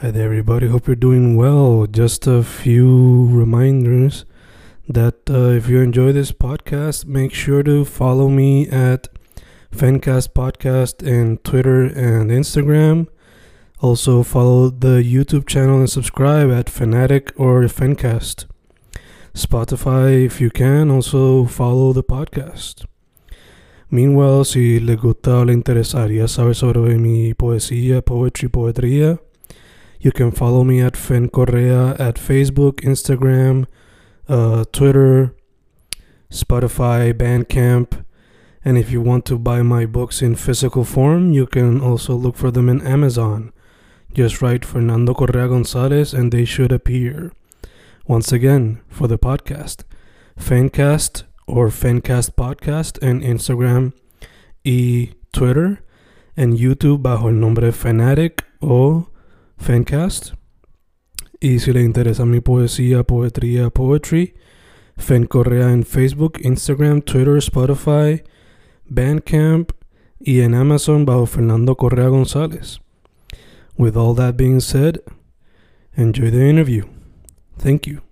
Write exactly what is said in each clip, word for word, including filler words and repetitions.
Hi there, everybody. Hope you're doing well. Just a few reminders that uh, if you enjoy this podcast, make sure to follow me at Fencast Podcast in Twitter and Instagram. Also, follow the YouTube channel and subscribe at Fanatic or Fencast. Spotify, if you can, also follow the podcast. Meanwhile, si les gusta o le interesaría saber sobre mi poesía, poetry, poetría, you can follow me at Fen Correa at Facebook, Instagram, uh, Twitter, Spotify, Bandcamp. And if you want to buy my books in physical form, you can also look for them in Amazon. Just write Fernando Correa Gonzalez and they should appear. Once again, for the podcast, Fencast or Fencast Podcast en Instagram y Twitter, en YouTube bajo el nombre Fanatic o Fencast. Y si le interesa mi poesía, poetría, poetry, Fen Correa en Facebook, Instagram, Twitter, Spotify, Bandcamp y en Amazon bajo Fernando Correa González. With all that being said, enjoy the interview. Thank you.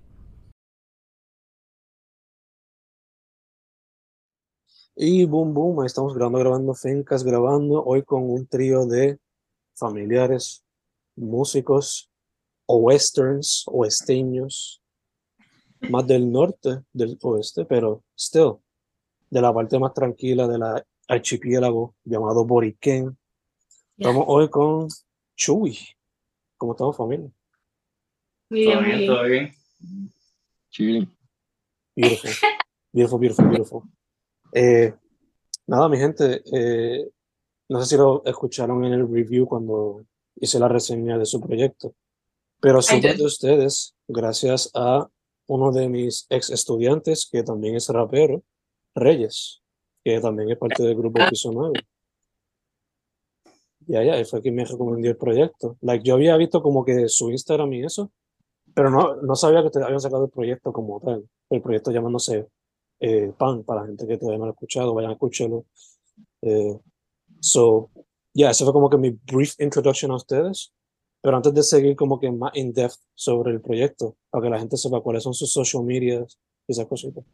Y boom, boom, ahí estamos grabando, grabando, Fencast, grabando, hoy con un trío de familiares, músicos, o westerns, oesteños, más del norte, del oeste, pero still, de la parte más tranquila de la archipiélago llamado Boriquén. Yeah. Estamos hoy con Chuy. ¿Cómo estamos, familia? Muy bien, Todo muy bien, bien. todo bien. Chilling. Beautiful, beautiful, beautiful, beautiful. Eh, nada, mi gente, eh, no sé si lo escucharon en el review cuando hice la reseña de su proyecto, pero supe did. de ustedes gracias a uno de mis ex estudiantes que también es rapero, Reyes, que también es parte del grupo Piso nueve. Y allá, él fue quien me recomendó el proyecto. Like, yo había visto como que su Instagram y eso, pero no, no sabía que ustedes habían sacado el proyecto como tal. El proyecto llamándose eh, Pan, para la gente que todavía no lo ha escuchado, vayan a escucharlo. Eh, so, yeah, eso fue como que mi brief introduction a ustedes. Pero antes de seguir como que más in depth sobre el proyecto, para que la gente sepa cuáles son sus social medias y esas cositas.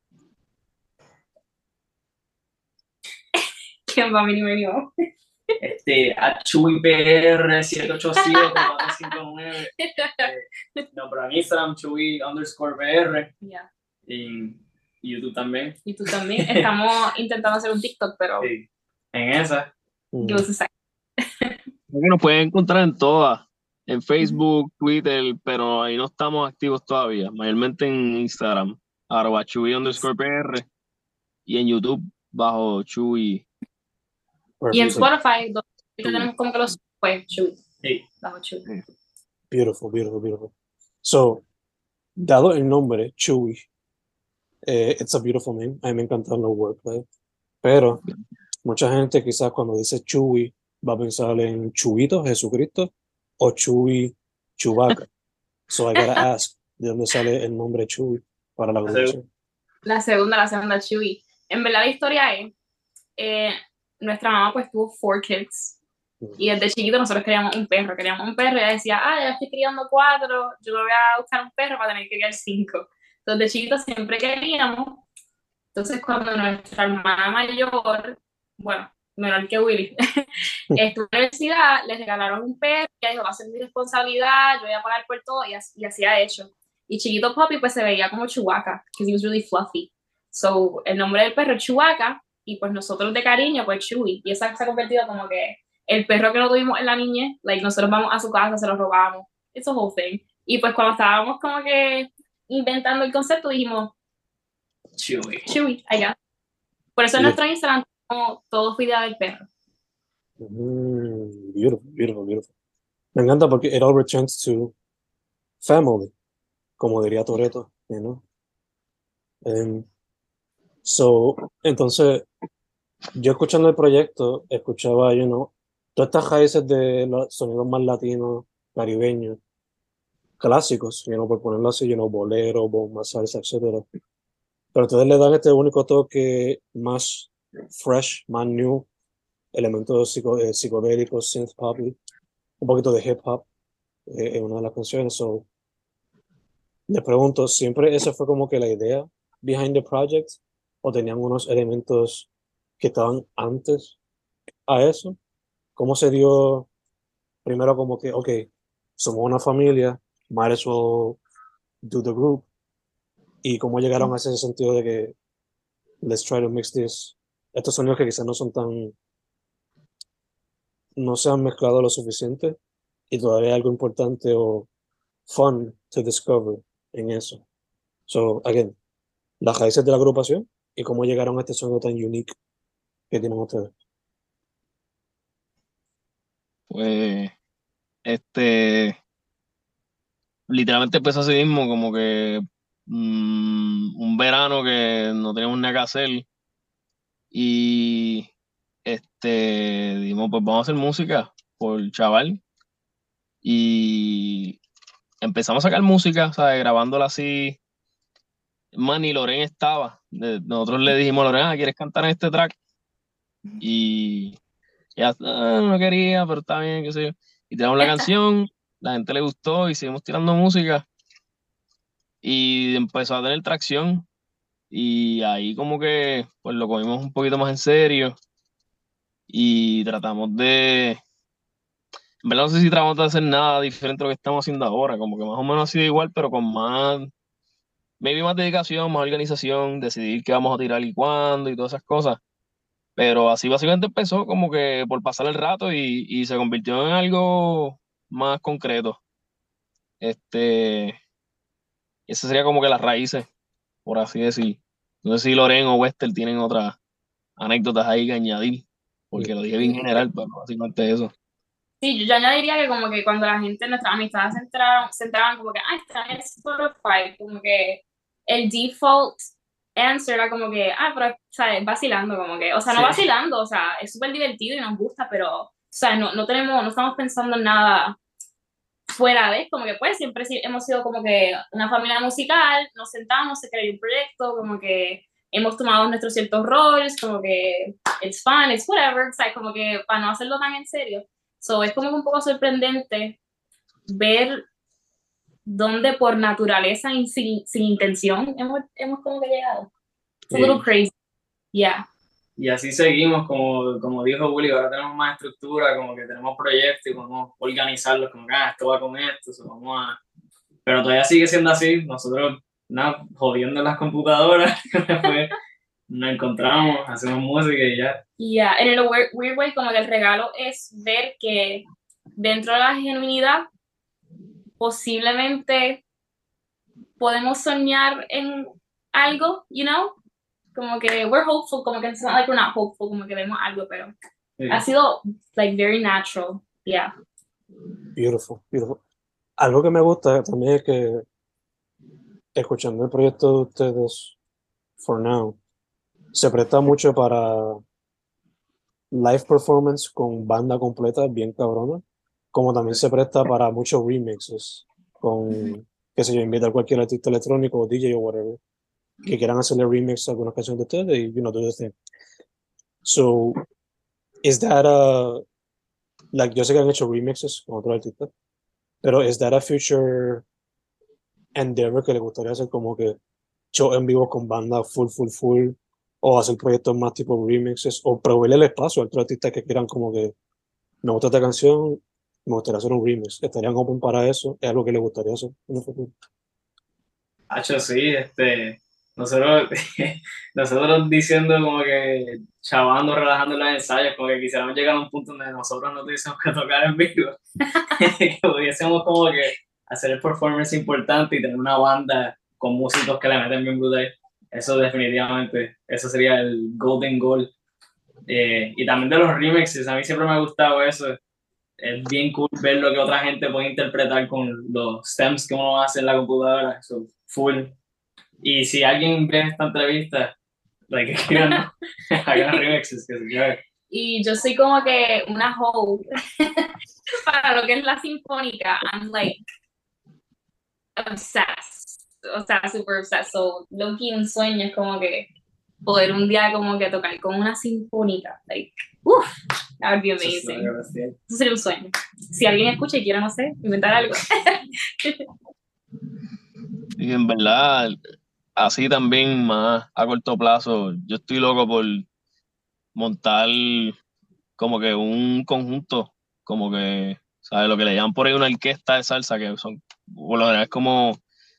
¿Quién va a venir venimos? Este, a Chuy P R siete ocho siete cuatro cinco nueve. Eh, no, pero en Instagram, Chuy underscore P R. Yeah. Y YouTube también. Y tú también. Estamos intentando hacer un TikTok, pero Sí. En esa. Mm. give us a sec. Creo que nos pueden encontrar en todas, en Facebook, Twitter, pero ahí no estamos activos todavía, mayormente en Instagram, arroba Chuy underscore P R, y en YouTube bajo Chuy. Y en Perfect. Spotify, donde tenemos como que los pues, Chuy. Sí. Bajo Chuy. Beautiful, beautiful, beautiful. So, dado el nombre, Chuy, eh, it's a beautiful name. A mí me encantan los wordplay. Pero mucha gente quizás cuando dice Chuy va a pensar en Chubito, Jesucristo, o Chuy, Chewbacca. So I gotta ask, ¿de dónde sale el nombre Chuy para la agrupación? La segunda, la segunda Chuy. En verdad la historia es, eh, nuestra mamá pues tuvo four kids. Y desde chiquito nosotros queríamos un perro, queríamos un perro y ella decía, ah, ya estoy criando cuatro, yo me voy a buscar un perro para tener que criar cinco. Entonces de chiquito siempre queríamos. Entonces cuando nuestra hermana mayor, bueno, menor que Willy, estuvo en la universidad, le regalaron un perro, y ella dijo, va a ser mi responsabilidad, yo voy a pagar por todo, y así, y así ha hecho. Y chiquito Poppy pues se veía como Chewbacca, because he was really fluffy. So el nombre del perro es Chewbacca, y pues nosotros de cariño pues Chewy, y esa se ha convertido como que el perro que no tuvimos en la niñez, like nosotros vamos a su casa, se lo robamos, it's a whole thing. Y pues cuando estábamos como que inventando el concepto dijimos Chuy. Chewy, allá. Por eso en Sí. nuestro Instagram como todo fue idea del perro. Mm, beautiful, beautiful, beautiful. Me encanta porque it all returns to family, como diría Toretto, you know? Um, so, entonces, yo escuchando el proyecto, escuchaba, you know, todas estas raíces de los sonidos más latinos, caribeños, clásicos, you know, por ponerlo así, you know, bolero, bomba, salsa, etcétera. Pero ustedes le dan este único toque más fresh, más new, elementos psico, eh, psicodélicos, synth pop, un poquito de hip hop. eh, en una de las canciones. So, les pregunto, ¿siempre esa fue como que la idea behind the project? ¿O tenían unos elementos que estaban antes a eso? ¿Cómo se dio primero como que, ok, somos una familia, might as well do the group? ¿Y cómo llegaron a ese sentido de que let's try to mix this, estos sonidos que quizás no son tan, no se han mezclado lo suficiente y todavía hay algo importante o fun to discover en eso? So, again, las raíces de la agrupación y cómo llegaron a este sonido tan unique que tienen ustedes. Pues, este, literalmente empezó así mismo, como que mm, un verano que no teníamos nada que hacer y este, dijimos, pues vamos a hacer música por chaval y empezamos a sacar música, ¿sabes? Grabándola así. Man, y Loren estaba. De- nosotros le dijimos a Loren, ah, ¿quieres cantar en este track? Y ella "Ah, no quería, pero está bien, qué sé yo". Y tiramos la canción, la gente le gustó y seguimos tirando música y empezó a tener tracción y ahí como que pues lo cogimos un poquito más en serio y tratamos de, en verdad no sé si tratamos de hacer nada diferente a lo que estamos haciendo ahora, como que más o menos ha sido igual, pero con más, maybe más dedicación, más organización, decidir qué vamos a tirar y cuándo y todas esas cosas. Pero así básicamente empezó como que por pasar el rato y, y se convirtió en algo más concreto. Este, esa sería como que las raíces, por así decir. No sé si Loren o Wester tienen otras anécdotas ahí que añadir, porque lo dije bien general, pero básicamente eso. Sí, yo yo añadiría que como que cuando la gente, nuestras amistades se enteraron, se enteraban como que, ah, están en Spotify, como que el default answer era como que, ah, pero, ¿sabes? Vacilando, como que, o sea, no Sí. vacilando, o sea, es súper divertido y nos gusta, pero, o sea, no, no tenemos, no estamos pensando en nada fuera de, como que pues siempre sí hemos sido como que una familia musical, nos sentamos, se creó un proyecto, como que hemos tomado nuestros ciertos roles, como que it's fun, it's whatever, o sea, como que para no hacerlo tan en serio. So, es como que un poco sorprendente ver dónde por naturaleza y sin, sin intención hemos, hemos como que llegado. It's a Sí. little crazy. Yeah. Y así seguimos, como, como dijo Willy, ahora tenemos más estructura, como que tenemos proyectos y podemos organizarlos, como que ah, esto va con esto, so vamos a... Pero todavía sigue siendo así, nosotros, nada, jodiendo en las computadoras, después nos encontramos, hacemos música y ya. Yeah, and in a weird, weird way, como que el regalo es ver que dentro de la genuinidad posiblemente podemos soñar en algo, you know, como que we're hopeful, como que it's not like we're not hopeful, como que vemos algo, pero Sí. ha sido like very natural, yeah. Beautiful, beautiful. Algo que me gusta también es que escuchando el proyecto de ustedes, For Now, se presta mucho para live performance con banda completa, bien cabrona, como también se presta para muchos remixes con, qué sé yo, invitar a cualquier artista electrónico o D J o whatever, que quieran hacerle remix a algunas canciones de ustedes y, you know, do the thing. So, is that a, like, yo sé que han hecho remixes con otros artistas, pero is that a future endeavor que les gustaría hacer como que show en vivo con banda full, full, full, o hacer proyectos más tipo remixes, o proveerle el espacio a otros artistas que quieran como que me gusta esta canción, me gustaría hacer un remix? ¿Estarían open para eso? ¿Es algo que les gustaría hacer en el futuro? Hacho, sí, este, nosotros, nosotros diciendo como que chavando, relajando los ensayos, como que quisiéramos llegar a un punto donde nosotros no tuviésemos que tocar en vivo, que pudiésemos como que hacer el performance importante y tener una banda con músicos que le meten bien brutal. Eso definitivamente, eso sería el golden goal. Eh, y también de los remixes, a mí siempre me ha gustado eso. Es bien cool ver lo que otra gente puede interpretar con los stems que uno hace en la computadora. So, full. Y si alguien ve esta entrevista, like, hagan, hagan remixes, que se lleve. Y yo soy como que una hoe para lo que es la sinfónica. I'm like obsessed. O sea, super obsessed. So, Loki, un sueño es como que poder un día como que tocar con una sinfónica. Like, uff, That would be Eso es amazing. lo que decía. Eso sería un sueño. Si alguien escucha y quiere, no sé, inventar algo. Y en verdad, así también más a corto plazo, yo estoy loco por montar como que un conjunto, como que, ¿sabes? Lo que le llaman por ahí una orquesta de salsa, que son, por lo general es como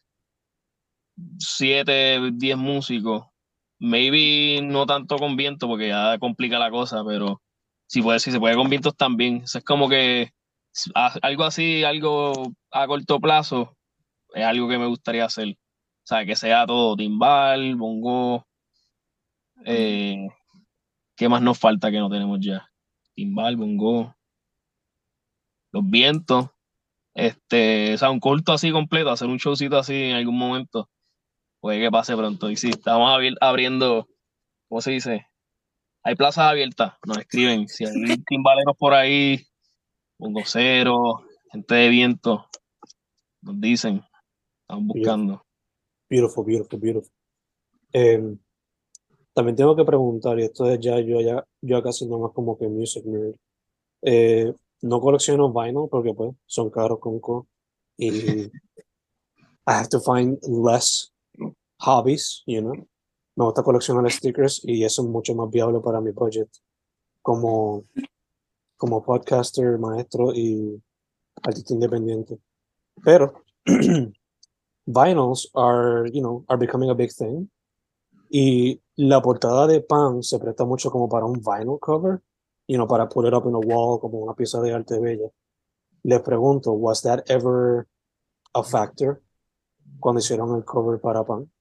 siete, diez músicos. Maybe no tanto con viento, porque ya complica la cosa, pero si puede, si se puede con vientos también. Eso es como que a- algo así, algo a corto plazo, es algo que me gustaría hacer. O sea, que sea todo timbal, bongo, eh, ¿qué más nos falta que no tenemos ya? Timbal, bongo, los vientos, este, o sea, un culto así completo, hacer un showcito así en algún momento, puede que pase pronto. Y sí, estamos abri- abriendo, ¿cómo se dice? Hay plazas abiertas, nos escriben. Si hay timbaleros por ahí, bongoceros, gente de viento, nos dicen, estamos buscando. Beautiful, beautiful, beautiful. Eh, también tengo que preguntar, y esto es ya yo, ya, yo acá siendo más como que music nerd. Eh, no colecciono vinyl porque pues son caros con co. Y I have to find less hobbies, you know. Me gusta coleccionar stickers y eso es mucho más viable para mi budget como, como podcaster, maestro y artista independiente. Pero vinyls are, you know, are becoming a big thing. Y la portada de Pan se presta mucho como para un vinyl cover, you know, para put it up in a wall como una pieza de arte bella. Les pregunto, was that ever a factor cuando hicieron el cover para Pan?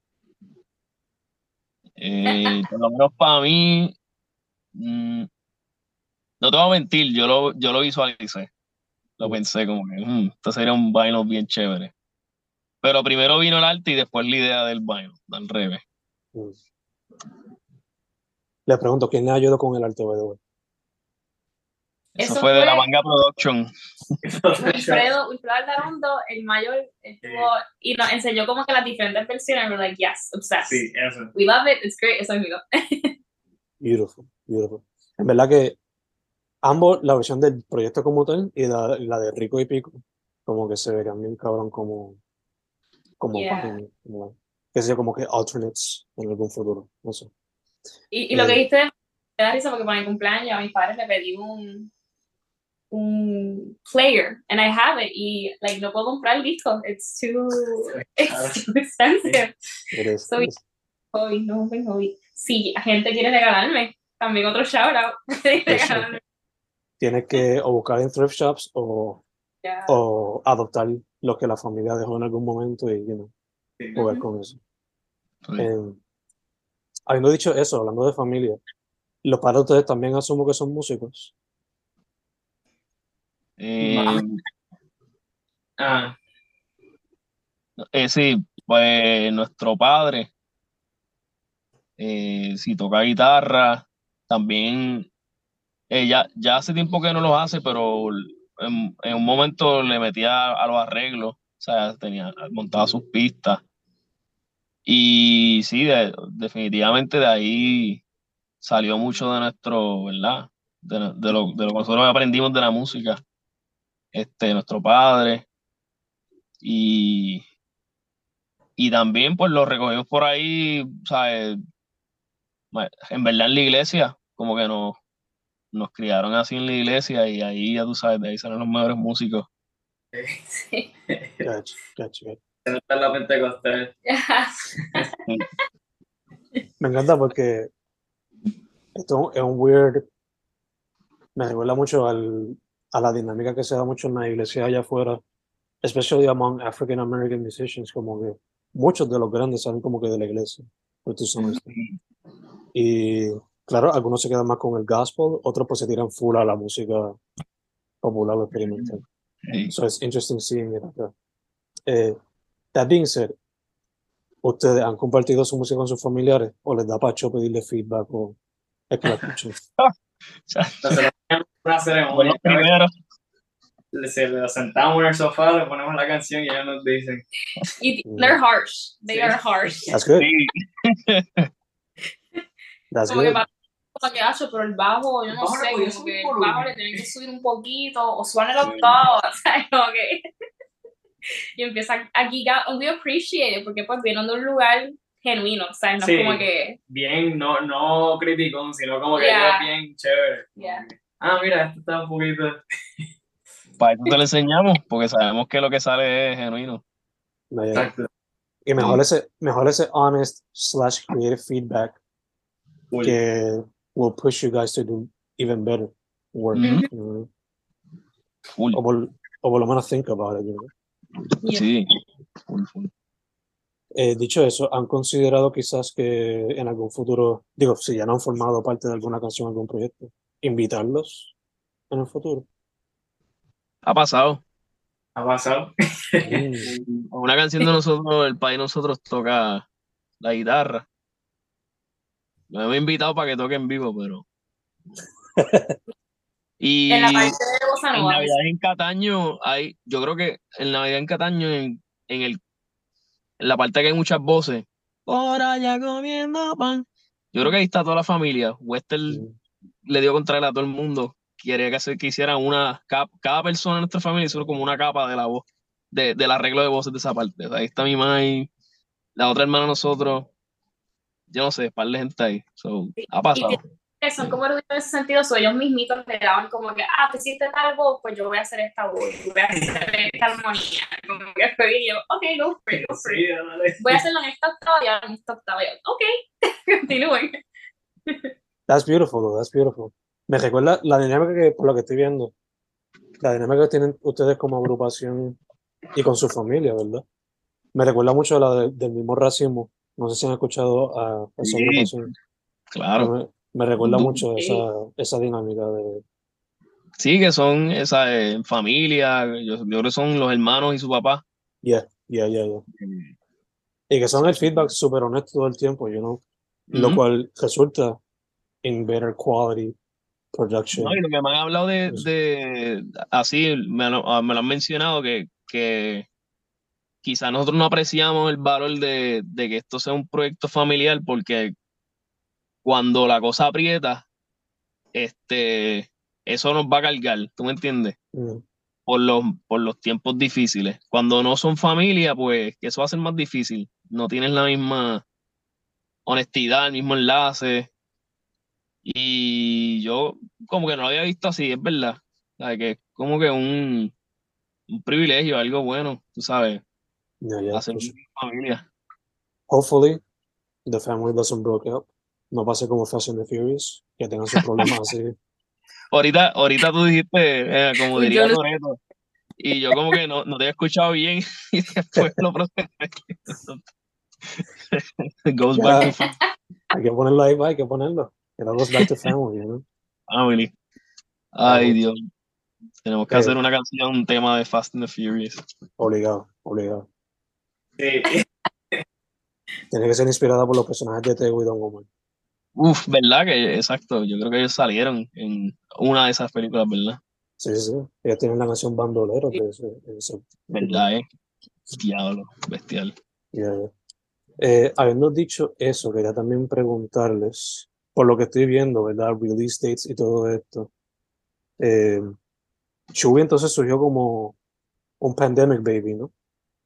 Eh, por lo menos para mí, mm, no te voy a mentir, yo lo, yo lo visualicé. Lo Mm. pensé como que, mm, esto sería un vinyl bien chévere. Pero primero vino el arte y después la idea del vinyl, al revés. Mm. Les pregunto, ¿quién le ayudó con el arte, by the way? Eso, Eso fue de la fue- Manga Production. Wilfredo, Wilfredo Aldarondo, el mayor, estuvo y nos enseñó como que las diferentes versiones. We're like, yes, obsessed. Sí, eso. We love it, it's great, eso es mío. Beautiful, beautiful. En verdad que ambos, la versión del proyecto como tal y la, la de Rico y Pico, como que se verían bien cabrón como, como Yeah. Pan, como, que sea como que alternates en algún futuro, no sé. Y, y lo Eh. que dijiste me da risa porque para mi cumpleaños a mis padres le pedí un un player and I have it y like no puedo comprar el disco, it's too, it's too expensive. It is, So, it is. hobby, no es un hobby. Si la gente quiere regalarme, también otro shout out. Eso. Tienes que o buscar en thrift shops o, Yeah. o adoptar lo que la familia dejó en algún momento y you know, Sí. jugar Ujú. con eso. Sí. Eh, habiendo dicho eso, hablando de familia, los padres de ustedes también asumo que son músicos. Eh, Ah, eh, sí, pues nuestro padre, eh, si toca guitarra, también, eh, ya, ya hace tiempo que no los hace, pero en, en un momento le metía a los arreglos, o sea, tenía, montaba sus pistas. Y sí, de- definitivamente de ahí salió mucho de nuestro, ¿verdad? De, de lo, de lo que nosotros aprendimos de la música, este, nuestro padre. Y, y también pues lo recogimos por ahí, ¿sabes? Ma- En verdad en la iglesia, como que nos, nos criaron así en la iglesia y ahí ya tú sabes, de ahí salen los mejores músicos. Sí. Gotcha, gotcha, gotcha. se no está en la Pentecostal. Me encanta porque esto es un weird, me recuerda mucho al, a la dinámica que se da mucho en la iglesia allá afuera, especially among African American musicians, como que muchos de los grandes salen como que de la iglesia, pues to some extent. Y claro, algunos se quedan más con el gospel, otros pues se tiran full a la música popular o experimental. Sí. So it's interesting seeing it acá. Eh, that being said, ¿ustedes han compartido su música con sus familiares o les da pacho pedirle feedback o es que la escuchen? Entonces, una Fue ceremonia. lo primero. Le- Se le sentamos en el sofá, le ponemos la canción y ellos nos dicen. Y they're harsh, they Sí. are harsh. That's good. Sí. That's Como que good. para como que, "Acho, pero el bajo, yo no Bajo le sé, podía como subir que el volumen". bajo le tienen que subir un poquito, o suban el octavo, o sea, como que... Y empieza a gigar, we appreciate it, porque pues vienen de un lugar genuino, o sea, no Sí. es como que... Bien, no, no criticón, sino como que Yeah. ellos bien chévere. Como Yeah. que, ah, mira, esto está un poquito. Para eso te lo enseñamos, porque sabemos que lo que sale es genuino. No, ya. Exacto. Y mejor, Sí. ese, mejor ese honest slash creative feedback Cool. que will push you guys to do even better work. Ujú. you know? Full. o, por, o por lo menos think about it. You know? Yeah. Sí. Full, full. Eh, dicho eso, ¿han considerado quizás que en algún futuro, digo, si ya no han formado parte de alguna canción, algún proyecto, invitarlos en el futuro? Ha pasado. Ha pasado. Mm. En una canción de nosotros, el país nosotros toca la guitarra. Lo hemos invitado para que toque en vivo, pero. Y En la parte de Bossa en Nova. Navidad en Cataño hay, yo creo que en Navidad en Cataño, en, en el, en la parte que hay muchas voces, por allá comiendo pan. Yo creo que ahí está toda la familia. Wester Mm. le dio contra él a todo el mundo. Quería que, se, que hicieran una cap- cada persona en nuestra familia hizo como una capa de la voz, de, del arreglo de voces de esa parte. O sea, ahí está mi mamá, la otra hermana de nosotros, yo no sé, par de gente ahí. So, Sí. ha pasado. Y que son como eruditos en ese sentido, so ellos mismitos le daban como que, ah, tú hiciste tal voz, pues yo voy a hacer esta voz, voy a hacer esta armonía, como que fue y yo, ok, go for it, go for it. Sí, dale. Voy a hacerlo en esta octava y ahora en esta octava, y yo, ok, continúen. That's beautiful, though. That's beautiful. Me recuerda la dinámica que, por lo que estoy viendo, la dinámica que tienen ustedes como agrupación y con su familia, ¿verdad? Me recuerda mucho a la de- del mismo racismo. No sé si han escuchado a esa Sí, agrupación. claro. Me, me recuerda Du- mucho sí. esa, esa dinámica de... Sí, que son esa eh, familia, yo, yo creo que son los hermanos y su papá. Yeah, yeah, yeah, yeah. Eh, Y que son Sí, el sí. feedback súper honesto todo el tiempo, you know? Lo Ujú. cual resulta en better quality production. No, y lo que me han hablado de, de así, me lo, ah, me lo han mencionado, que, que quizás nosotros no apreciamos el valor de, de que esto sea un proyecto familiar, porque cuando la cosa aprieta, este, eso nos va a cargar, ¿tú me entiendes? Mm. Por los, por los tiempos difíciles. Cuando no son familia, pues que eso va a ser más difícil. No tienes la misma honestidad, el mismo enlace. Y yo como que no lo había visto así, es verdad. O sea, que es como que un, un privilegio, algo bueno, tú sabes, Yeah, yeah, hacer for sure. familia. Hopefully, the family doesn't break up. No pase como Fast and the Furious, que tengan sus problemas así. Ahorita, ahorita tú dijiste, eh, como Uy, diría yo no- Toretto, y yo como que no, no te he escuchado bien y después lo procesé. Goes back to Yeah, hay que ponerlo ahí, hay que ponerlo. It all goes back to family, you know? family. Ay, Vamos. Dios. Tenemos que Eh. hacer una canción, un tema de Fast and the Furious. Obligado, obligado. Sí. Tiene que ser inspirada por los personajes de Teo y Don Omar. Uf, ¿verdad? Que exacto. Yo creo que ellos salieron en una de esas películas, ¿verdad? Sí, sí, sí. Ellos tienen la canción Bandoleros de ese. de ese ¿Verdad, eh? Diablo, bestial. Yeah, yeah. Eh, habiendo dicho eso, quería también preguntarles, por lo que estoy viendo, ¿verdad? Release dates y todo esto. Eh, Chewy entonces surgió como un pandemic baby, ¿no?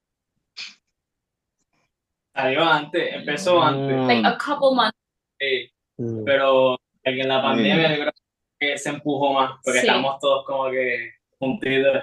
Salió antes, empezó antes. like a couple months. Sí. Mm. Pero en la pandemia Sí. yo creo que se empujó más, porque Sí. estamos todos como que juntitos.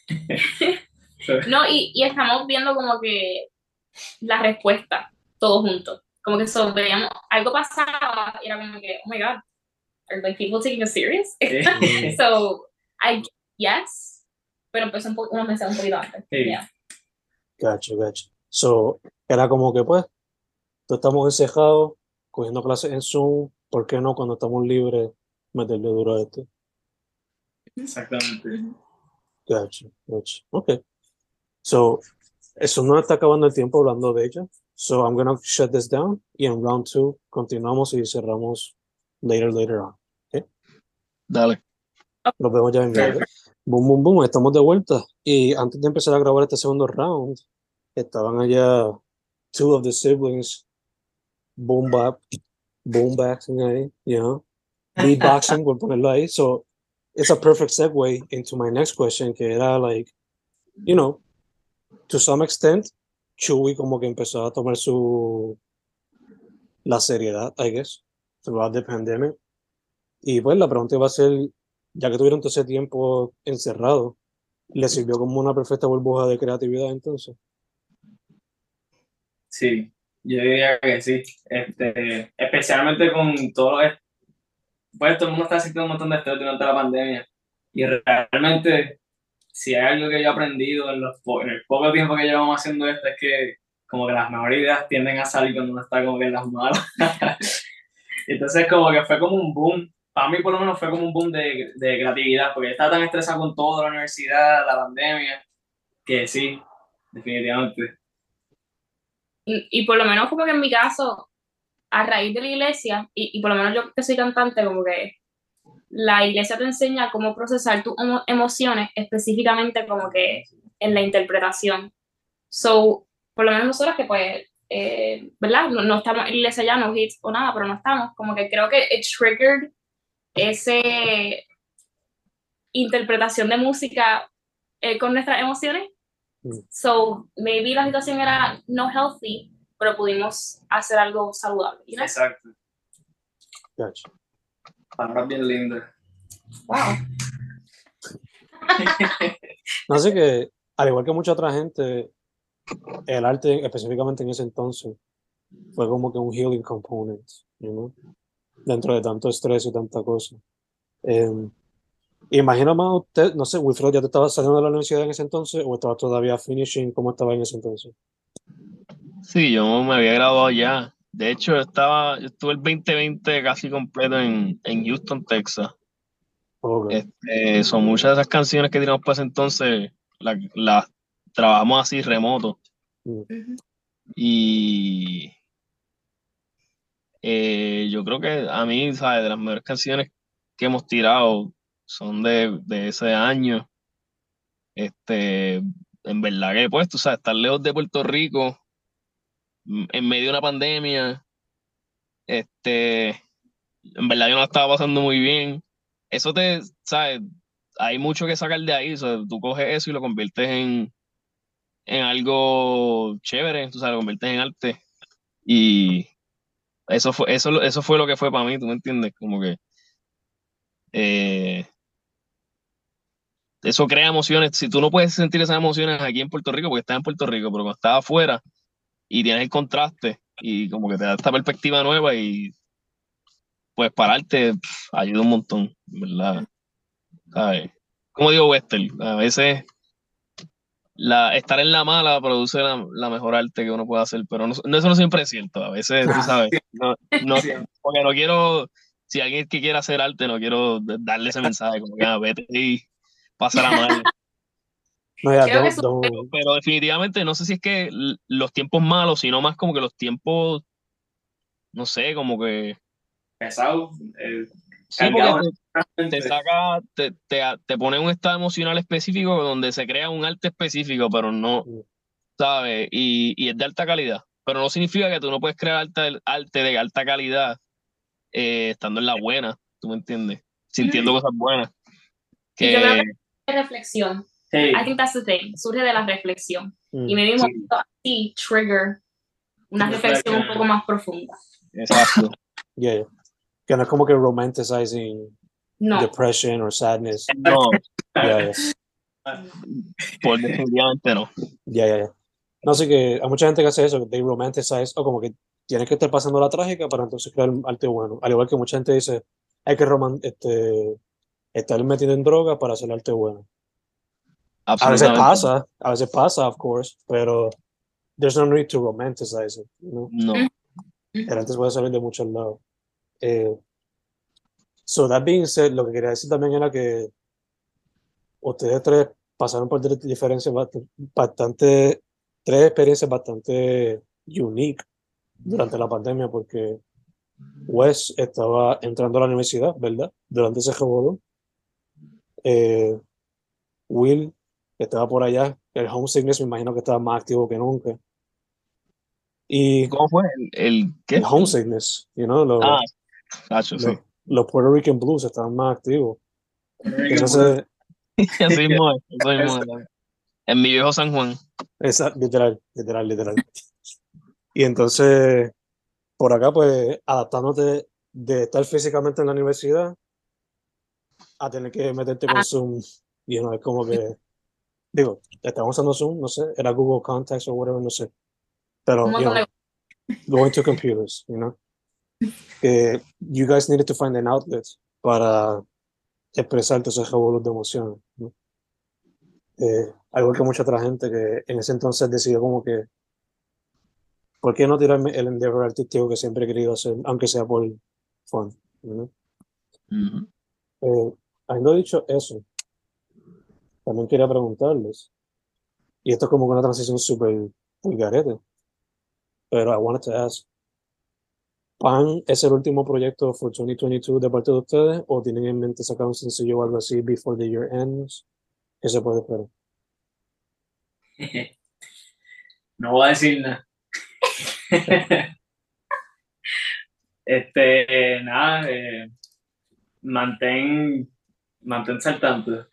No, y, y estamos viendo como que la respuesta, todos juntos. Como que so, veíamos, algo pasaba y era como que, oh my God, are like people taking us serious? Mm. So, I yes, pero empezó un po- unos meses un poquito antes. Sí. Yeah. Gacho, gacho. So, era como que, pues, todos estamos encejados, cogiendo clases en Zoom, ¿por qué no cuando estamos libres meterle duro a esto? Exactamente. Gacho, gacho. Ok. So, eso no está acabando el tiempo hablando de ella. So, I'm gonna shut this down y en round two continuamos y cerramos later, later on. Dale. Nos vemos ya en breve. Boom, boom, boom. Estamos de vuelta. Y antes de empezar a grabar este segundo round, estaban allá two of the siblings boom bap, boom backing ahí, you know. beatboxing, por ponerlo ahí. So it's a perfect segue into my next question, que era like, you know, to some extent, Chewy como que empezó a tomar su la seriedad, I guess, throughout the pandemic. Y pues la pregunta iba a ser, ya que tuvieron todo ese tiempo encerrado, ¿le sirvió como una perfecta burbuja de creatividad entonces? Sí, yo diría que sí. Este, especialmente con todo esto. Pues todo el mundo está haciendo un montón de estrés durante la pandemia. Y realmente, si hay algo que yo he aprendido en, los, po- en el poco tiempo que llevamos haciendo esto, es que como que las mejores ideas tienden a salir cuando uno está como que en las malas. Entonces como que fue como un boom. Para mí por lo menos fue como un boom de, de creatividad, porque yo estaba tan estresado con todo, la universidad, la pandemia, que sí, definitivamente. Y, y por lo menos como que en mi caso, a raíz de la iglesia, y, y por lo menos yo que soy cantante, como que la iglesia te enseña cómo procesar tus emo- emociones, específicamente como que en la interpretación. So, por lo menos nosotros que pues, eh, ¿verdad? No, no estamos en la iglesia ya, no hits o nada, pero no estamos, como que creo que it triggered ese interpretación de música eh, con nuestras emociones. Mm. So, maybe la situación era no healthy, pero pudimos hacer algo saludable. You know? Exacto. Gotcha. Palabras bien lindas. Wow. No sé que, al igual que mucha otra gente, el arte, específicamente en ese entonces, fue como que un healing component, you know? Dentro de tanto estrés y tanta cosa. Eh, imagino más usted, no sé, Wilfredo, ¿ya te estabas saliendo de la universidad en ese entonces o estabas todavía finishing? ¿Cómo estaba en ese entonces? Sí, yo me había graduado ya. De hecho, estaba, yo estuve el veinte veinte casi completo en, en Houston, Texas. Okay. Este, son muchas de esas canciones que tiramos para ese entonces, las las trabajamos así remoto. Mm. Y eh, yo creo que a mí, ¿sabes? De las mejores canciones que hemos tirado son de, de ese año. Este, en verdad que, pues, tú sabes, estar lejos de Puerto Rico, m- en medio de una pandemia, este, en verdad yo no la estaba pasando muy bien. Eso te, ¿sabes? Hay mucho que sacar de ahí. O sea, tú coges eso y lo conviertes en, en algo chévere, tú sabes, lo conviertes en arte. Y eso fue, eso, eso fue lo que fue para mí, ¿tú me entiendes? Como que eh, eso crea emociones. Si tú no puedes sentir esas emociones aquí en Puerto Rico, porque estás en Puerto Rico, pero cuando estás afuera y tienes el contraste y como que te da esta perspectiva nueva y pues pararte pf, ayuda un montón, ¿verdad? ¿Sabes? Como digo, Western, a veces la, estar en la mala produce la, la mejor arte que uno puede hacer, pero no, no- eso no siempre es cierto. A veces, tú sabes, no, no, porque no quiero, si alguien que quiera hacer arte, no quiero darle ese mensaje, como que ah, vete y pásala mal. No, ya, Creo que don't, su- don't, Pero definitivamente no sé si es que l- los tiempos malos, sino más como que los tiempos, no sé, como que Pesado, eh, sí, porque cargado. te, te saca, te, te, te pone en un estado emocional específico donde se crea un arte específico, pero no, mm, ¿sabes? Y, y es de alta calidad. Pero no significa que tú no puedes crear arte, arte de alta calidad eh, estando en la buena, ¿tú me entiendes? Sintiendo cosas buenas. Y yo creo Que que es reflexión. Sí, I think that's the thing. Surge de la reflexión. mm. Y me dimos sí, así trigger una reflexión un poco más profunda. exacto. Yeah, yeah. Que no es como que romanticizing No. depression or sadness. No, Yeah, yeah. por definitivamente no. Yeah, yeah, yeah. No sé que hay mucha gente que hace eso, que they romanticize, o como que tienes que estar pasando la trágica para entonces crear un arte bueno. Al igual que mucha gente dice, hay que roman este, estar metido en droga para hacer arte bueno. A veces Absolutamente pasa, a veces pasa, of course, pero there's no need to romanticize it, you know? no. El arte puede salir de muchos lados. Eh, so that being said, lo que quería decir también era que ustedes tres pasaron por tres diferencias bast- bastante, tres experiencias bastante unique durante la pandemia, porque Wes estaba entrando a la universidad, ¿verdad? Durante ese revolú. Eh, Will estaba por allá, el homesickness me imagino que estaba más activo que nunca. Y ¿Cómo fue? ¿El, el el qué? homesickness, you know, Ah, lo, Nacho, sí. lo, los Puerto Rican Blues estaban más activos. Puerto Rican Entonces, Así mismo es, eso mismo es. En mi viejo San Juan. esa, literal, literal, literal. Y entonces, por acá, pues, adaptándote de estar físicamente en la universidad a tener que meterte con Ah. Zoom. Y no es como que, digo, estamos usando Zoom, no sé, era Google Contacts o whatever, no sé. Pero, Un you montón know, de going to computers, you know. Que you guys needed to find an outlet para expresar todos esos revoluciones de emociones, ¿no? Eh, algo que mucha otra gente que en ese entonces decidió como que, ¿por qué no tirarme el endeavor artístico que siempre he querido hacer, aunque sea por fun? ¿No? Ujú. Eh, habiendo dicho eso, también quería preguntarles, y esto es como una transición súper vulgarete, pero I wanted to ask, ¿Pan es el último proyecto for twenty twenty-two de parte de ustedes o tienen en mente sacar un sencillo o algo así before the year ends? ¿Qué se puede esperar? No voy a decir nada. Este, nada, eh, mantén, manténse al tanto.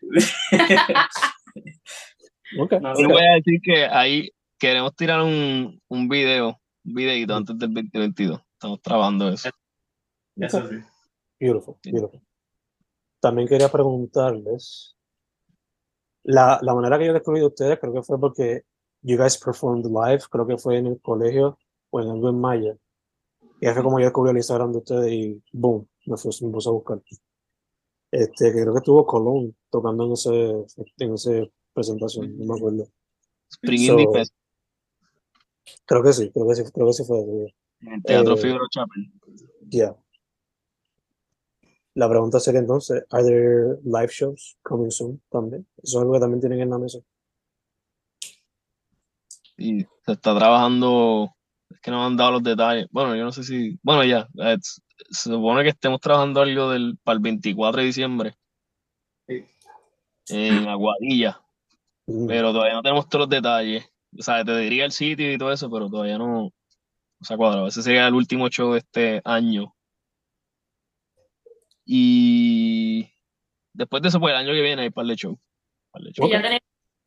Okay, No Yo sé, voy a decir que ahí queremos tirar un, un video, un videito antes del veinte veintidós. Estamos trabajando eso. eso sí. Beautiful, beautiful. También quería preguntarles, la, la manera que yo descubrí de ustedes creo que fue porque you guys performed live, creo que fue en el colegio o en algo en Maya. Y así fue como yo descubrí el Instagram de ustedes y boom, me, fui, me puse a buscar. Este, que creo que estuvo Colón tocando en ese, en ese presentación, no me acuerdo. Spring So, Indie Fest creo que sí, creo que sí, creo que sí fue eso. en el Teatro Eh, Figueroa Chapel. yeah. La pregunta sería entonces, ¿are there live shows coming soon también? Eso es algo que también tienen en la mesa. Y se está trabajando, es que no me han dado los detalles. Bueno, yo no sé si, bueno, ya, eh, se supone que estemos trabajando algo del, para el veinticuatro de diciembre Sí. en Aguadilla, Mm, pero todavía no tenemos todos los detalles. O sea, te diría el sitio y todo eso, pero todavía no, no se ha cuadrado. Ese sería el último show de este año. Y después de eso, pues el año que viene hay par de show. Par de show. Y ya tenemos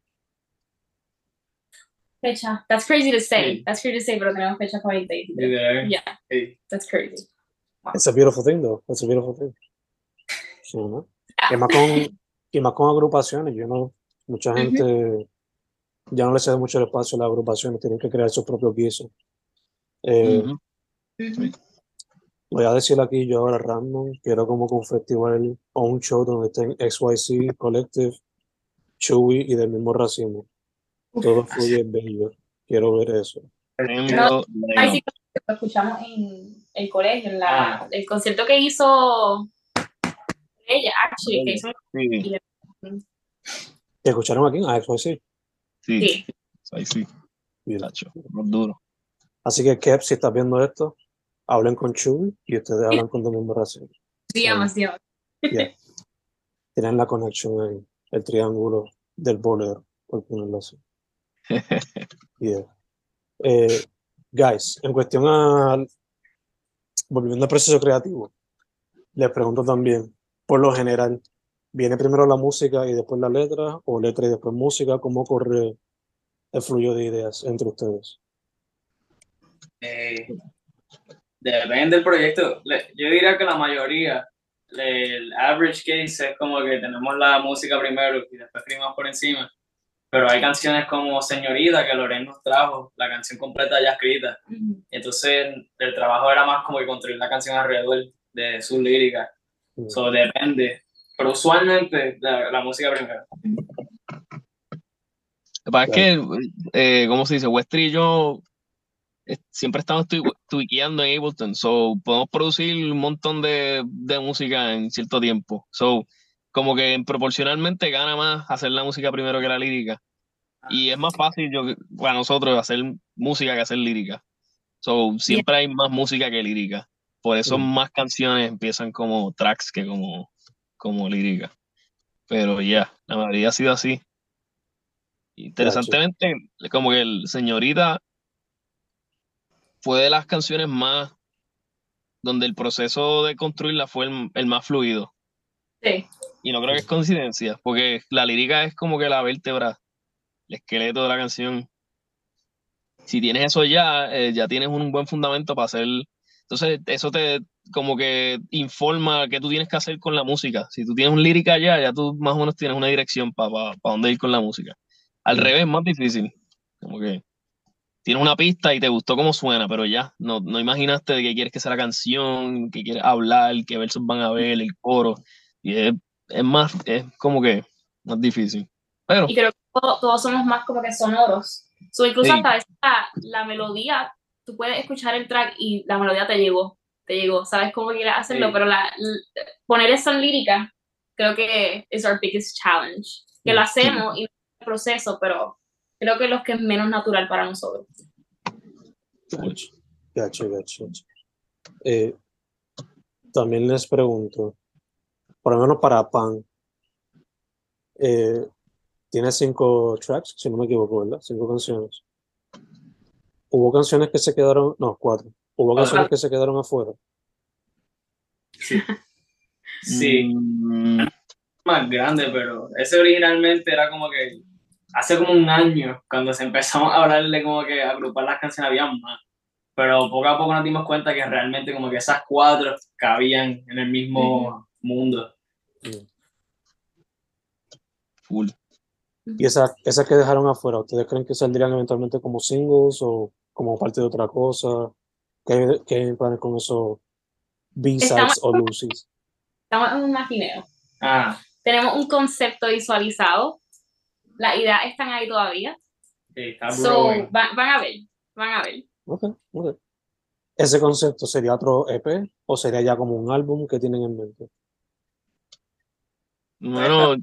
fecha. That's crazy to say. Sí. That's crazy to say, pero tenemos fecha para el veinte. Literal. Yeah, Sí. that's crazy. It's a beautiful thing, though. It's a beautiful thing. Sí, ¿no? Y más con, y más con agrupaciones, yo no, mucha gente ya no le cede mucho el espacio a las agrupaciones, tienen que crear sus propios guisos. Eh, Ujú. Ujú. Voy a decir aquí yo ahora random, quiero como que un festival o un show donde estén X Y Z, Collective, Chewy y del mismo racimo. Todo fluye bello. Quiero ver eso. Tremendo Ay, line-up. sí, lo escuchamos en el colegio, en la, Ah. el concierto que hizo ella, actually, que hizo. Sí, ¿Te escucharon aquí? Ah, X Y Z. sí, Sí. ahí sí, Bien. tacho, más duro. Así que, Kev, si estás viendo esto, hablen con Chewy y ustedes hablan con el mismo racimo. Sí, So, demasiado. yeah. Tienen la conexión ahí, el triángulo del bolero, por ponerlo así. Yeah. Eh, guys, en cuestión a, volviendo al proceso creativo, les pregunto también, por lo general, ¿viene primero la música y después la letra, o letra y después música? ¿Cómo corre el flujo de ideas entre ustedes? Eh, depende del proyecto. Le- Yo diría que la mayoría, le- el average case es como que tenemos la música primero y después escribimos por encima. Pero hay canciones como Señorita, que Loren nos trajo, la canción completa ya escrita. Ujú. Entonces, el trabajo era más como que construir la canción alrededor de sus líricas. Mm. So, depende. Pero usualmente la, la música primero. Lo que pasa es que, eh, ¿cómo se dice? Westry y yo eh, siempre estamos tui- tuiqueando en Ableton, so podemos producir un montón de, de música en cierto tiempo. So, como que proporcionalmente gana más hacer la música primero que la lírica. Y es más fácil yo, para nosotros hacer música que hacer lírica. So, siempre hay más música que lírica. Por eso Mm. más canciones empiezan como tracks que como, como lírica. Pero ya, la mayoría ha sido así. Interesantemente, como que el Señorita fue de las canciones más donde el proceso de construirla fue el, el más fluido. Sí. Y no creo que es coincidencia, porque la lírica es como que la vértebra, el esqueleto de la canción. Si tienes eso ya, eh, ya tienes un buen fundamento para hacer. Entonces, eso te como que informa qué tú tienes que hacer con la música. Si tú tienes un lírica ya, ya tú más o menos tienes una dirección para pa, pa dónde ir con la música. Al Mm. revés, es más difícil. Como que tienes una pista y te gustó cómo suena, pero ya, no, no imaginaste de qué quieres que sea la canción, qué quieres hablar, qué versos van a ver, el coro. Y es, es más, es como que más difícil. Pero, Y creo que todo- todos somos más como que sonoros. So, incluso sí, hasta a veces la, la melodía, tú puedes escuchar el track y la melodía te llegó, te llegó, sabes cómo quieres hacerlo, Sí. pero la, l- poner eso en lírica creo que es our biggest challenge. Que Mm. lo hacemos y el proceso, pero creo que es lo que es menos natural para nosotros. Gotcha, gotcha, gotcha, gotcha. Eh, también les pregunto, por lo menos para Pan, eh, tiene cinco tracks, si no me equivoco, ¿verdad? Cinco canciones. Hubo canciones que se quedaron, no, cuatro. Hubo Cuatro. canciones que se quedaron afuera. Sí. Sí, mm, más grande, pero ese originalmente era como que hace como un año, cuando se empezamos a hablarle como que a agrupar las canciones había más, pero poco a poco nos dimos cuenta que realmente como que esas cuatro cabían en el mismo mundo. Mm. full. Y esas, esas que dejaron afuera, ¿ustedes creen que saldrían eventualmente como singles o como parte de otra cosa? ¿Qué, qué hay en planes con esos B-sides Estamos, o Lucy's? estamos en un maquineo. Ah, Tenemos un concepto visualizado. Las ideas están ahí todavía. sí, está So, growing. va- van a ver, van a ver. Ok, ok. ¿Ese concepto sería otro E P o sería ya como un álbum que tienen en mente? Bueno,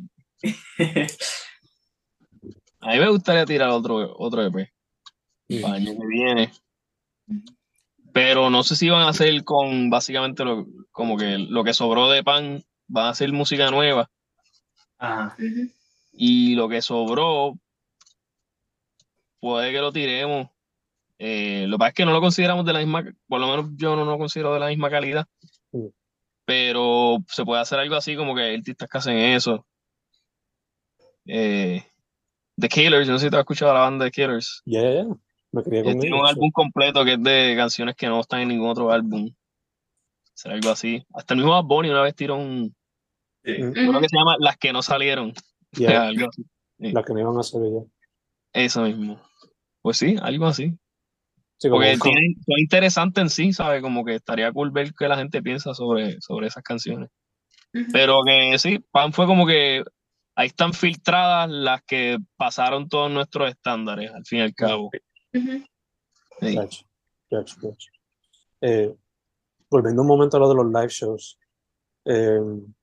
a mí me gustaría tirar otro, otro E P Mm. para el año que viene. Pero no sé si van a hacer con básicamente lo, como que lo que sobró de Pan, van a hacer música nueva. Ajá. Ujú. Y lo que sobró, puede que lo tiremos. Eh, lo que pasa es que no lo consideramos de la misma, por lo menos yo no lo considero de la misma calidad. Mm. Pero se puede hacer algo así como que hay artistas que hacen eso. Eh, The Killers, yo no sé si te has escuchado la banda The Killers. Ya, ya, ya. Me crié Ellos con tienen un ellos. álbum completo que es de canciones que no están en ningún otro álbum. Será algo así. Hasta el mismo Bad Bunny una vez tiró un. Sí. Mm. Yo creo Ujú. que se llama Las que no salieron. Ya, Algo así. Sí, las que me iban a hacer ya. eso mismo. Pues sí, algo así. Sí, como, Porque tienen, son interesantes en sí, ¿sabes? Como que estaría cool ver qué la gente piensa sobre, sobre esas canciones. Ujú. Pero que sí, Pan fue como que ahí están filtradas las que pasaron todos nuestros estándares, al fin y al cabo. Ujú. Sí. Gotcha, gotcha, gotcha. Eh, volviendo un momento a lo de los live shows, eh,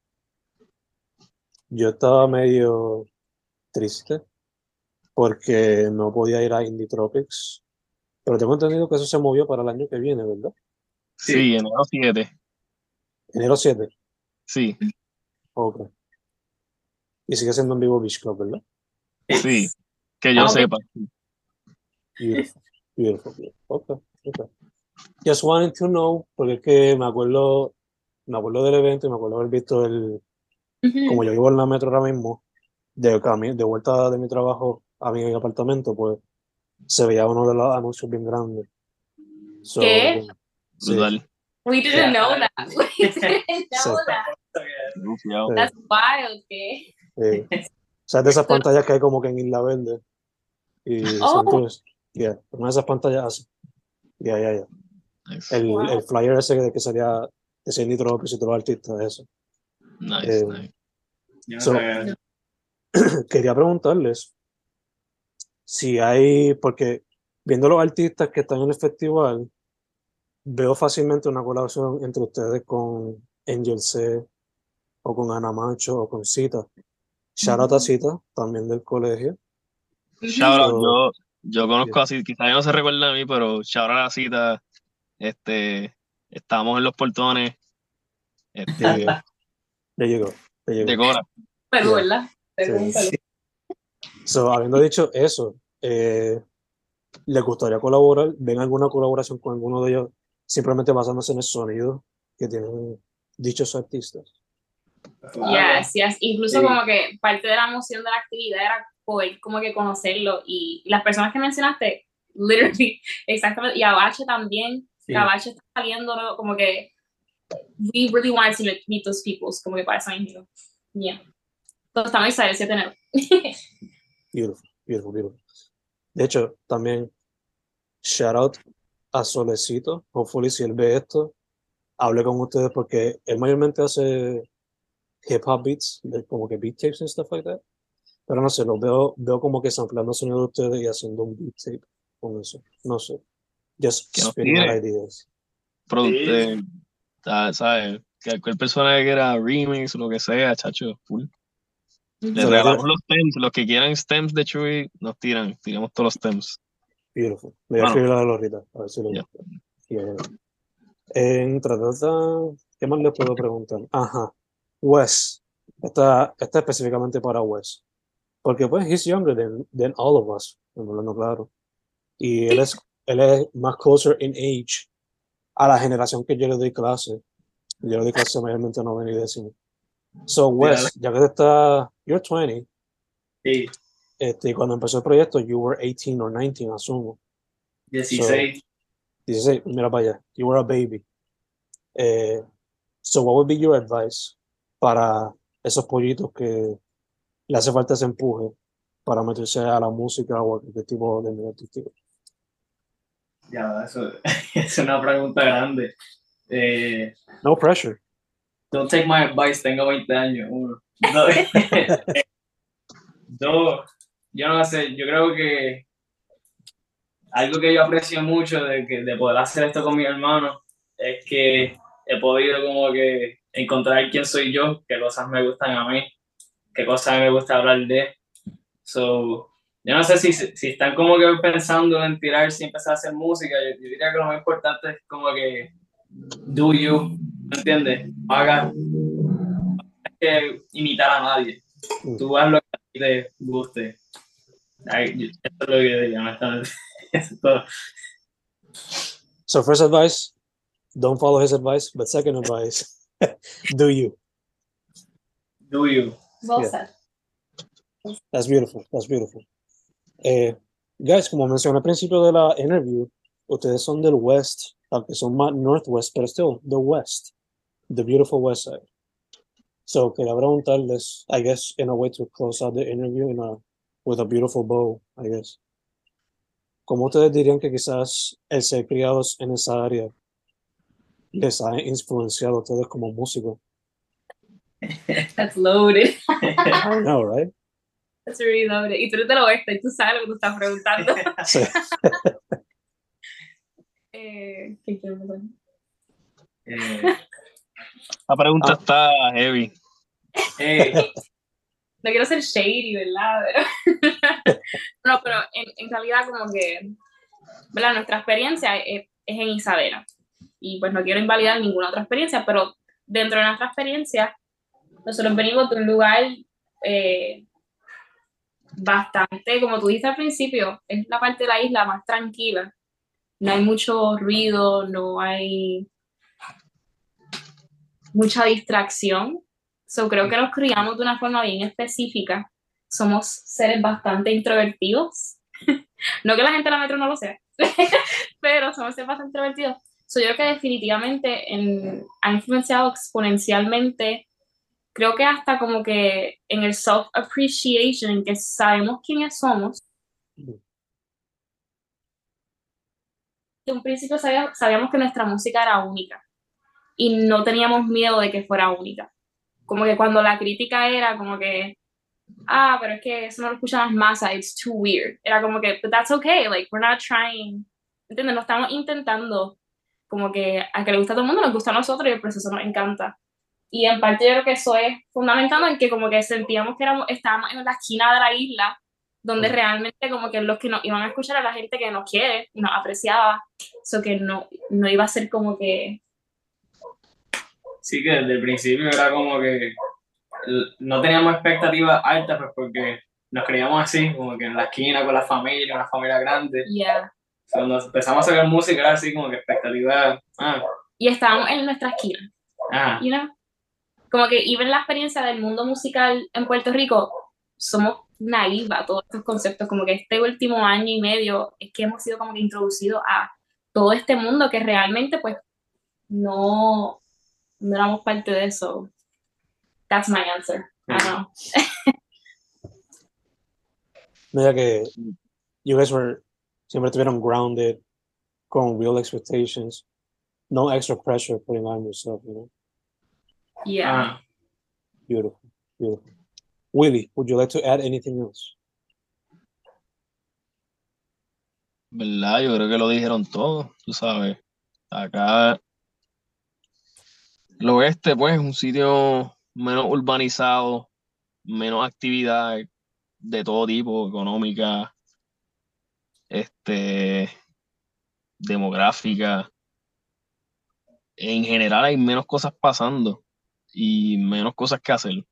yo estaba medio triste porque no podía ir a Indie Tropics, pero tengo entendido que eso se movió para el año que viene, ¿verdad? Sí, enero siete. Enero siete. Sí, Ok. Y sigue siendo en vivo Beach Club, ¿verdad? sí, que yo Ok. sepa. Beautiful, beautiful, beautiful. Ok, ok. Just wanted to know, porque es que me acuerdo, me acuerdo del evento y me acuerdo haber visto el, Ujú. como yo vivo en la metro ahora mismo, de, cami- de vuelta de mi trabajo a mi apartamento, pues se veía uno de los anuncios bien grandes. So, ¿Qué? sí, Brutal. We didn't know that. We didn't know Sí. that. Confiado. sí, That's wild, ¿qué? sí. O sea, es de esas pantallas que hay como que en Isla Verde. Y Oh, son todos, yeah, una de esas pantallas así. Ya, ya, ya. Nice, El, wow. el flyer ese de que sería ese Nitro y todos los artistas, eso. nice, Eh, nice. Yo no so, sabía eso. quería preguntarles si hay, porque viendo los artistas que están en el festival, veo fácilmente una colaboración entre ustedes con Angel C o con Ana Macho o con Cita. Shout out a Cita, también del colegio. Shout out, So, yo, yo conozco yeah. así, quizás no se recuerda a mí, pero shout out a la cita, este, estábamos en los portones, Ya este, llegó, ya llegó, ya llegó. de Cora. Pero, Yeah. ¿verdad? Tengo un Sí. pelo. So, habiendo dicho eso, eh, ¿les gustaría colaborar? ¿Ven alguna colaboración con alguno de ellos simplemente basándose en el sonido que tienen dichos artistas. Yes, yes. Incluso Sí. como que parte de la emoción de la actividad era poder como que conocerlo y las personas que mencionaste, literally, exactamente, y Abache también, Sí. Abache está saliendo, ¿no? Como que we really wanted to meet those people, como que para eso mismo. Yeah. Entonces estamos excited de tenerlo. Beautiful, beautiful, beautiful. De hecho, también shout out a Solecito. Hopefully, si él ve esto, hable con ustedes porque él mayormente hace hip hop beats, de- como que beat tapes and stuff like that. Pero no sé, lo veo, veo como que sampleando sonido de ustedes y haciendo un beat tape con eso. No sé. Just Que nos spinning out tire. ideas. Produ- Sí. eh, ah, ¿sabes? Que cualquier persona que quiera remix o lo que sea, chacho, full. Le So, regalamos le- los stems, los que quieran stems de Chewy, nos tiran, tiramos todos los stems. Beautiful. Le voy a Bueno, escribir a la Lorita, a ver si lo ya. busca. Yeah. En tratata, ¿qué más le puedo preguntar? Ajá. Wes. Esta, esta específicamente para Wes. Porque pues he's younger than, than all of us, hablando claro. Y él es, él es más closer in age a la generación que yo le doy clase. Yo le doy clase mayormente a noveno y décimo. So Wes, ya que está, you're twenty, Sí, este, cuando empezó el proyecto, you were eighteen or nineteen, asumo. dieciséis. dieciséis, mira para allá, you were a baby. Eh, so what would be your advice para esos pollitos que le hace falta ese empuje para meterse a la música o a cualquier tipo de medio artístico? Ya, eso es una pregunta grande. Eh, No pressure. don't take my advice, tengo veinte años. Uno. No, Dos, yo no sé, yo creo que algo que yo aprecio mucho de, que, de poder hacer esto con mis hermanos es que he podido como que encontrar quién soy yo, qué cosas me gustan a mí, qué cosas me gusta hablar de. So, yo no sé si, si están como que pensando en tirarse y empezar a hacer música, yo, yo diría que lo más importante es como que do you, ¿me entiendes? Haga, no hay que imitar a nadie, tú haz lo que a ti te guste. Ay, yo- eso es lo que yo diría, honestamente. Eso es todo. So first advice, don't follow his advice, but second advice, do you. Do you. Well Yeah. said. That's beautiful, that's beautiful. Eh, guys, como mencioné al principio de la interview, ustedes son del West, aunque son más Northwest, pero still, the West, the beautiful West Side. So, quería preguntarles, I guess, in a way to close out the interview in a, with a beautiful bow, I guess. ¿Cómo ustedes dirían que quizás el ser criados en esa área les ha influenciado a ustedes como músicos? That's loaded. I know, right? That's really loaded. Y tú no te lo ves, y tú sabes lo que tú estás preguntando. Sí. eh, ¿Qué quiero preguntar? Eh, La pregunta Ah. está heavy. hey, No quiero ser shady, ¿verdad? Pero- no, pero en, en realidad como que, ¿verdad? Nuestra experiencia es, es en Isabela. Y pues no quiero invalidar ninguna otra experiencia, pero dentro de nuestra experiencia, nosotros venimos de un lugar eh, bastante, como tú dijiste al principio, es la parte de la isla más tranquila. No hay mucho ruido, no hay mucha distracción. So, creo que nos criamos de una forma bien específica. Somos seres bastante introvertidos. No que la gente de la metro no lo sea, pero somos seres bastante introvertidos. So, yo creo que definitivamente en, ha influenciado exponencialmente, creo que hasta como que en el self-appreciation, en que sabemos quiénes somos. De un principio sabíamos, sabíamos que nuestra música era única y no teníamos miedo de que fuera única. Como que cuando la crítica era como que, ah, pero es que eso no lo escuchan las masas, it's too weird. Era como que, but that's okay, like, we're not trying, ¿entiendes? No estamos intentando como que a que le gusta a todo el mundo, nos gusta a nosotros y el proceso nos encanta. Y en parte yo creo que eso es fundamentado en que como que sentíamos que éramos, estábamos en la esquina de la isla, donde Mm. realmente como que los que nos iban a escuchar a la gente que nos quiere y nos apreciaba, eso que no, no iba a ser como que... sí que desde el principio era como que l- no teníamos expectativas altas, pues porque nos creíamos así, como que en la esquina con la familia, una familia grande. Yeah. Cuando empezamos a sacar música, así como que expectativa. Ah, Y estábamos en nuestra esquina, ah, you know? Como que even la experiencia del mundo musical en Puerto Rico, somos naivas a todos estos conceptos, como que este último año y medio es que hemos sido como que introducidos a todo este mundo que realmente pues no, no éramos parte de eso. That's my answer. I don't know. Mira que you guys were, siempre estuvieron grounded, con real expectations, no extra pressure putting on yourself, you know? Yeah. ah. Beautiful, beautiful. Willie, would you like to add anything else? ¿Verdad? Yo creo que lo dijeron todo, tú sabes. Acá, el oeste, pues, es un sitio menos urbanizado, menos actividad de todo tipo, económica, este, demográfica. En general hay menos cosas pasando y menos cosas que hacer.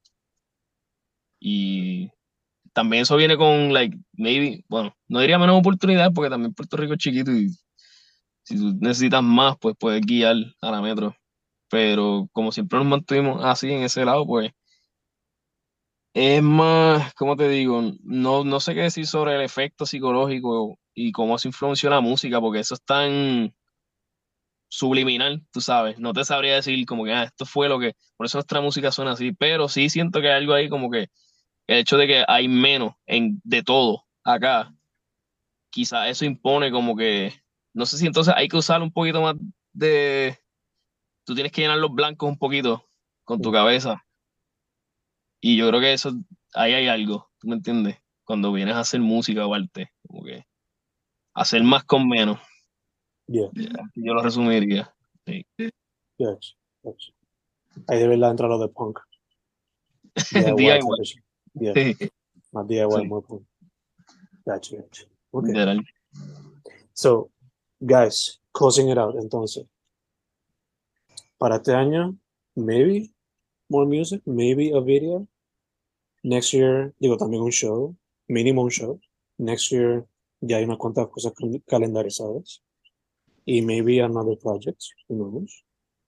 Y también eso viene con, like, maybe, bueno, no diría menos oportunidades porque también Puerto Rico es chiquito y si tú necesitas más, pues puedes guiar a la metro. Pero como siempre nos mantuvimos así en ese lado, pues es más, ¿cómo te digo? No, no sé qué decir sobre el efecto psicológico y cómo se influenció la música, porque eso es tan subliminal, tú sabes. No te sabría decir como que ah, esto fue lo que, por eso nuestra música suena así, pero sí siento que hay algo ahí como que el hecho de que hay menos en, de todo acá, quizá eso impone como que, no sé si entonces hay que usar un poquito más de, tú tienes que llenar los blancos un poquito con tu cabeza. Y yo creo que eso, ahí hay algo, ¿tú me entiendes? Cuando vienes a hacer música o arte, como que hacer más con menos. Yeah. Yo lo resumiría. Sí. Yes, yes. Ahí de verdad entra lo de punk. D I Y. D I Y. type of shit. Yeah. Sí. Más D I Y, Sí. more punk. Gotcha, gotcha. Okay. Literal. So, guys, closing it out, entonces. Para este año, maybe more music, maybe a video. Next year, digo, también un show, mínimo un show. Next year, ya hay unas cuantas cosas cal- calendarizadas. Y maybe another project, who knows.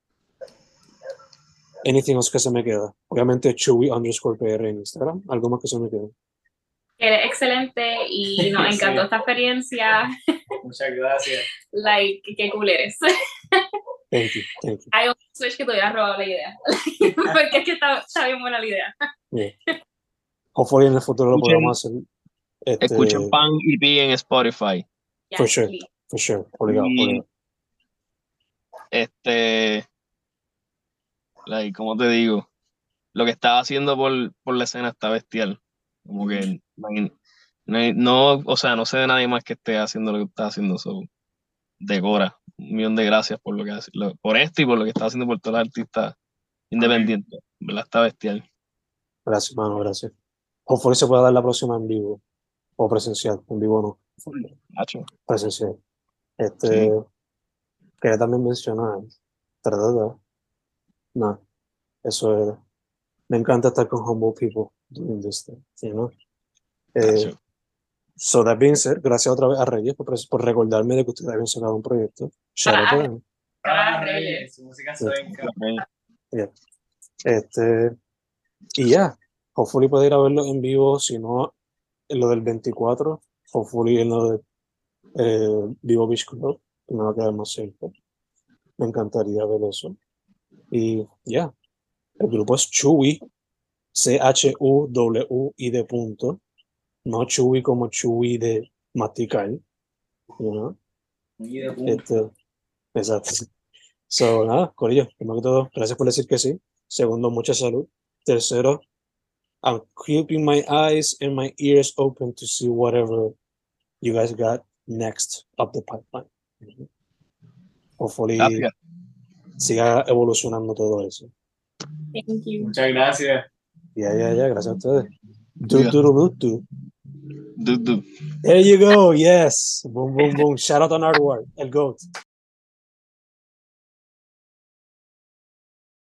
Anything else que se me queda. Obviamente, Chewy underscore P R en Instagram. Algo más que se me queda. Eres excelente y nos encantó Sí. esta experiencia. Muchas gracias. Like, qué cool eres. Thank you, thank you. Hay un switch que te hubiera robado la idea. Porque es que está, está bien buena la idea. Yeah. Hopefully en el futuro lo Escuchen- podamos hacer. Este, Escuchen Pan y Pi en Spotify. For Yes, sure. please. For sure. Obligado, Y- obligado. Este, like, ¿cómo te digo? Lo que estaba haciendo por, por la escena está bestial. Como que no, hay- no, hay- no, o sea, no sé de nadie más que esté haciendo lo que está haciendo. So, decora. Un millón de gracias por lo que hace, lo- por esto y por lo que está haciendo por todos los artistas independientes. ¿Verdad? Está bestial. Gracias, mano, gracias. Hopefully se pueda dar la próxima en vivo. O presencial. En vivo no. Nacho. Presencial. Este, Sí. quería también mencionar. ¿Verdad? No. Eso era. Me encanta estar con humble people doing this thing, you know? Eh, Nacho. so that being said, gracias otra vez a Reyes por, por recordarme de que ustedes habían sacado un proyecto. Shout out to them. Ah, Ah, Reyes. Reyes, su música se ve increíble. Este, y ya, hopefully puede ir a verlo en vivo, si no en lo del veinticuatro, hopefully en lo de eh, Vivo Beach Club, que me va a quedar más cerca. Me encantaría ver eso. Y ya, el grupo es Chewy, C H U W I de punto, no Chewy como Chewy de masticar, you know? Muy de punto. Este, exacto. So, nada, Corillo, primero que todo, gracias por decir que sí. Segundo, mucha salud. Tercero, I'm keeping my eyes and my ears open to see whatever you guys got next up the pipeline. Hopefully Gracias. siga evolucionando todo eso. Thank you. Muchas gracias. Ya, ya, ya, gracias a ustedes. Do, do, do, do, do. Du, du. There you go, yes. Boom, boom, boom. Shout out on Artwork, el GOAT.